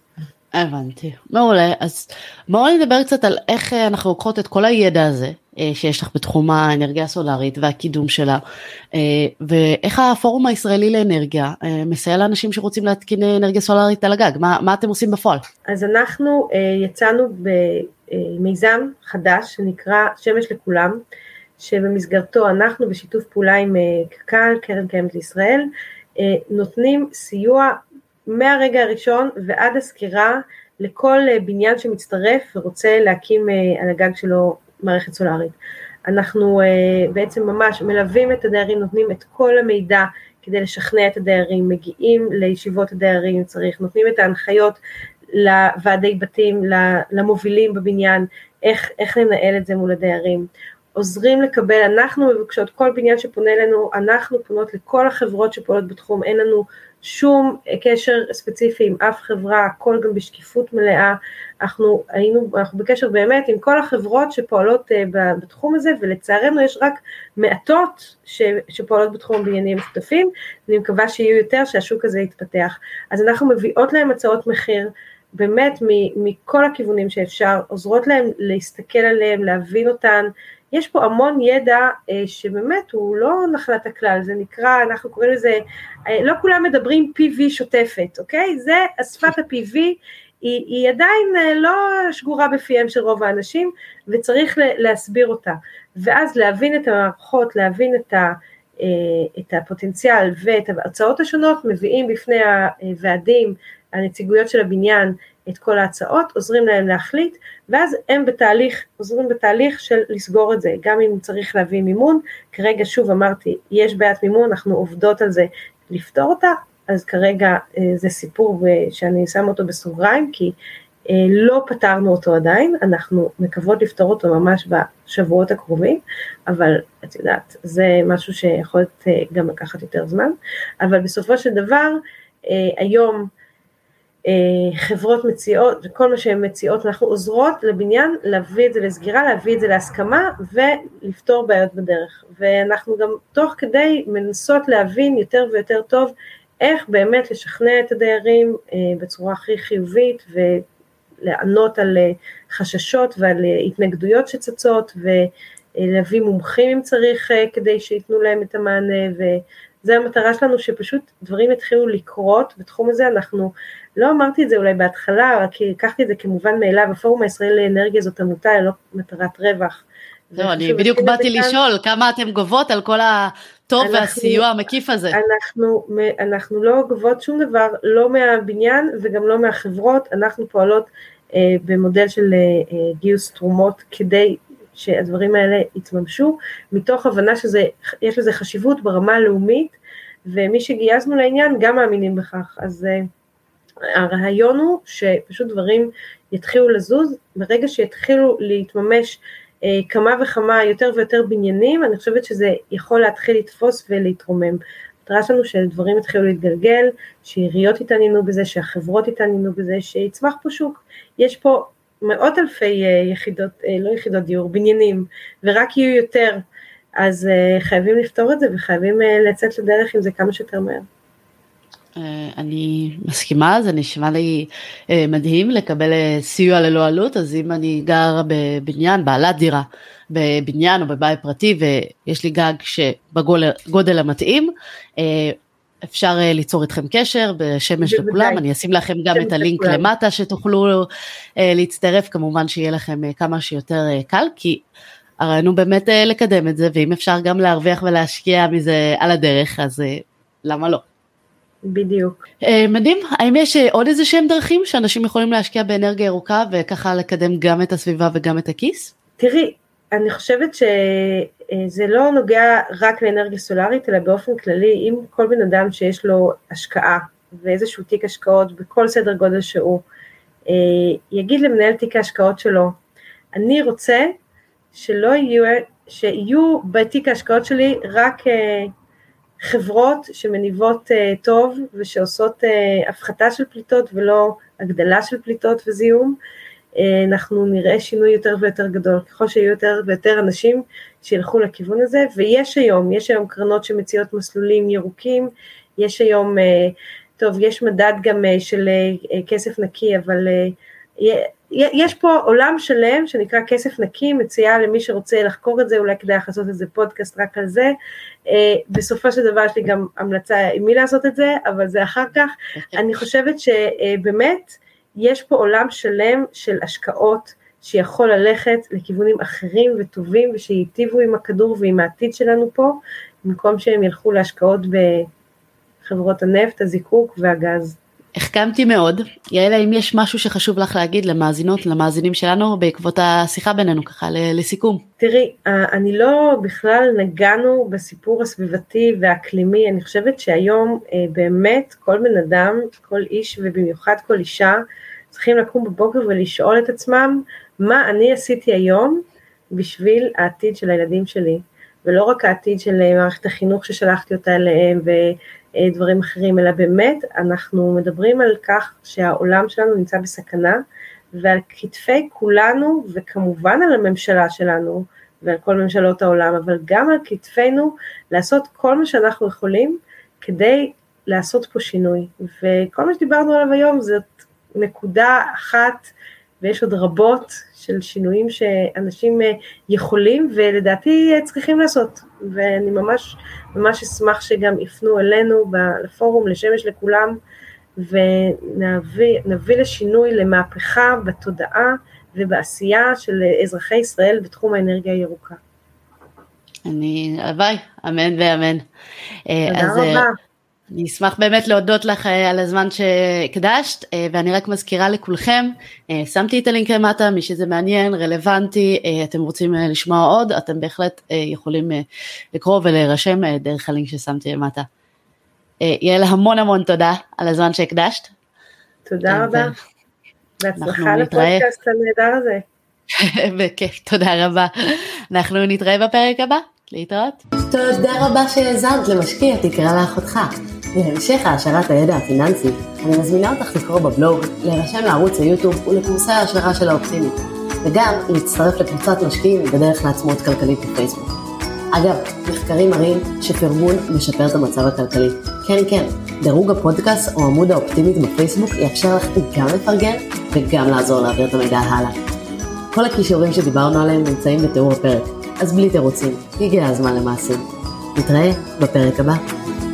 הבנתי, מעולה. אז בואו נדבר קצת על איך אנחנו לוקחות את כל הידע הזה שיש לך בתחום האנרגיה הסולארית והקידום שלה, ואיך הפורום הישראלי לאנרגיה מסייע לאנשים שרוצים להתקין אנרגיה סולארית על הגג. מה אתם עושים בפועל? אז אנחנו יצאנו במיזם חדש שנקרא שמש לכולם, שבמסגרתו אנחנו בשיתוף פעולה עם קק"ל, קרן קיימת לישראל, נותנים סיוע מהרגע הראשון ועד הסקירה לכל בניין שמצטרף ורוצה להקים על הגג שלו מערכת סולארית. אנחנו בעצם ממש מלווים את הדיירים, נותנים את כל המידע כדי לשכנע את הדיירים, מגיעים לישיבות הדיירים, צריך, נותנים את ההנחיות לוועדי בתים, למובילים בבניין, איך לנהל את זה מול הדיירים, עוזרים לקבל, אנחנו מבקשות, כל בניין שפונה אלינו, אנחנו פונות לכל החברות שפועלות בתחום, אין לנו שום קשר ספציפי עם אף חברה, הכל גם בשקיפות מלאה, אנחנו בקשר באמת עם כל החברות שפועלות בתחום הזה, ולצערנו יש רק מעטות שפועלות בתחום בניינים משותפים, אני מקווה שיהיו יותר, שהשוק הזה יתפתח, אז אנחנו מביאות להם הצעות מחיר, באמת מכל הכיוונים שאפשר, עוזרות להם להסתכל עליהם, להבין אותן, יש פה המון ידע שבאמת הוא לא נחלת הכלל, זה נקרא, אנחנו קוראים לזה, לא כולם מדברים PV שוטפת, אוקיי? זה, שפת ה-PV היא עדיין לא שגורה בפיהם של רוב האנשים, וצריך להסביר אותה, ואז להבין את המערכות, להבין את הפוטנציאל ואת ההצעות השונות, מביאים בפני הוועדים, הנציגויות של הבניין, את כל ההצעות, עוזרים להם להחליט, ואז הם עוזרים בתהליך של לסגור את זה, גם אם צריך להביא מימון, כרגע שוב אמרתי, יש בעיית מימון, אנחנו עובדות על זה לפתור אותה, אז כרגע זה סיפור שאני שם אותו בסוגריים, כי לא פתרנו אותו עדיין, אנחנו מקוות לפתור אותו ממש בשבועות הקרובים, אבל את יודעת, זה משהו שיכול גם לקחת יותר זמן, אבל בסופו של דבר, היום, חברות מציעות, וכל מה שהן מציעות, אנחנו עוזרות לבניין להביא את זה לסגירה, להביא את זה להסכמה, ולפתור בעיות בדרך, ואנחנו גם תוך כדי מנסות להבין יותר ויותר טוב, איך באמת לשכנע את הדיירים בצורה הכי חיובית, ולענות על חששות ועל התנגדויות שצצות, ולהביא מומחים אם צריך, כדי שיתנו להם את המענה, זה המטרה שלנו, שפשוט דברים התחילו לקרות בתחום הזה, אנחנו לא אמרתי את זה אולי בהתחלה, כי לקחתי את זה כמובן מאליו, הפורום הישראלי לאנרגיה זאת עמותה, לא מטרת רווח. לא, אני בדיוק באתי לשאול, כמה אתם גובות על כל הטוב והסיוע המקיף הזה? אנחנו לא גובות שום דבר, לא מהבניין וגם לא מהחברות, אנחנו פועלות במודל של גיוס תרומות, כדי שהדברים האלה יתממשו, מתוך הבנה שיש לזה חשיבות ברמה הלאומית, ומי שגייסנו לעניין גם מאמינים בכך, אז הרעיון הוא שפשוט דברים יתחילו לזוז, ברגע שיתחילו להתממש כמה וכמה יותר ויותר בניינים, אני חושבת שזה יכול להתחיל לתפוס ולהתרומם. המטרה שלנו שדברים יתחילו להתגלגל, שעיריות יתעניינו בזה, שהחברות יתעניינו בזה, שיצמח פה שוק. יש פה מאות אלפי יחידות, לא יחידות דיור, בניינים, ורק יהיו יותר, אז חייבים לפתור את זה, וחייבים לצאת לדרך עם זה כמה שיותר מהר. אני מסכימה, זה נשמע לי מדהים לקבל סיוע ללא עלות, אז אם אני גר בבניין, בעלת דירה, בבניין או בבית פרטי, ויש לי גג שבגודל המתאים, אפשר ליצור איתכם קשר בשמש לכולם, אני אשים לכם גם את הלינק למטה, שתוכלו להצטרף, כמובן שיהיה לכם כמה שיותר קל, כי הרעיון הוא באמת לקדם את זה, ואם אפשר גם להרוויח ולהשקיע מזה על הדרך, אז למה לא? בדיוק. מדהים, האם יש עוד איזה שהם דרכים שאנשים יכולים להשקיע באנרגיה ירוקה וככה לקדם גם את הסביבה וגם את הכיס? תראי, אני חושבת שזה לא נוגע רק לאנרגיה סולארית, אלא באופן כללי, אם כל בן אדם שיש לו השקעה ואיזשהו תיק השקעות בכל סדר גודל שהוא, יגיד למנהל תיק ההשקעות שלו, אני רוצה שיהיו בתיק ההשקעות שלי רק חברות שמניבות טוב ושעושות הפחתה של פליטות ולא הגדלה של פליטות וזיהום, אנחנו נראה שינוי יותר ויותר גדול, ככל שיהיו יותר ויותר אנשים שילכו לכיוון הזה, ויש היום קרנות שמציעות מסלולים ירוקים, יש היום טוב, יש מדד גם של כסף נקי, אבל יש פה עולם שלם שנקרא כסף נקי, מציעה למי שרוצה לחקור את זה, אולי כדאי לעשות איזה פודקאסט רק על זה, בסופו של דבר יש לי גם המלצה עם מי לעשות את זה, אבל זה אחר כך. אני חושבת שבאמת יש פה עולם שלם של השקעות, שיכול ללכת לכיוונים אחרים וטובים, ושיטיבו עם הכדור ועם העתיד שלנו פה, במקום שהם ילכו להשקעות בחברות הנפט, הזיקוק והגז. החכמתי מאוד. יעל, אם יש משהו שחשוב לך להגיד למאזינות, למאזינים שלנו, בעקבות השיחה בינינו, ככה לסיכום. תראי, אני לא בכלל נגענו בסיפור הסביבתי והאקלימי, אני חושבת שהיום באמת כל בן אדם, כל איש ובמיוחד כל אישה, צריכים לקום בבוקר ולשאול את עצמם, מה אני עשיתי היום בשביל העתיד של הילדים שלי, ולא רק העתיד של מערכת החינוך ששלחתי אותה אליהם ודברים אחרים, אלא באמת אנחנו מדברים על כך שהעולם שלנו נמצא בסכנה, ועל כתפי כולנו, וכמובן על הממשלה שלנו, ועל כל ממשלות העולם, אבל גם על כתפינו לעשות כל מה שאנחנו יכולים, כדי לעשות פה שינוי, וכל מה שדיברנו עליו היום זאת נקודה אחת, ויש עוד רבות של שינויים שאנשים יכולים, ולדעתי צריכים לעשות, ואני ממש אשמח שגם יפנו אלינו לפורום, לשמש לכולם, ונביא לשינוי, למהפכה בתודעה, ובעשייה של אזרחי ישראל בתחום האנרגיה הירוקה. הלוואי, אמן ואמן. תודה רבה. אני אשמח באמת להודות לך על הזמן שקדשת, ואני רק מזכירה לכולכם, שמתי את הלינק למטה, מי שזה מעניין, רלוונטי, אתם רוצים לשמוע עוד, אתם בהחלט יכולים לקרוא ולהירשם דרך הלינק ששמתי למטה. יעל, המון תודה על הזמן שהקדשת. תודה רבה. בהצלחה לפודקאסט הנהדר הזה. בכיף, תודה רבה. אנחנו נתראה בפרק הבא. להתראות. תודה רבה שהאזנת למשקיע תקרא לאחותך. להמשך העשרת הידע הפיננסי, אני מזמינה אותך לקרוא בבלוג, להירשם לערוץ היוטיוב ולקורסי ההשערה של האופטימית, וגם להצטרף לקבוצת משקיעים בדרך לעצמאות כלכלית בפייסבוק. אגב, מחקרים מראים שפרגון משפר את המצב הכלכלי. כן, דירוג הפודקאסט או עמוד האופטימית בפייסבוק יאפשר לך גם לפרגן וגם לעזור להעביר את המידע הלאה. כל הכישורים שדיברנו עליהם נמצאים בתיאור הפרק. אז בלי תירוצים, הגיע הזמן למעשים. נתראה בפרק הבא.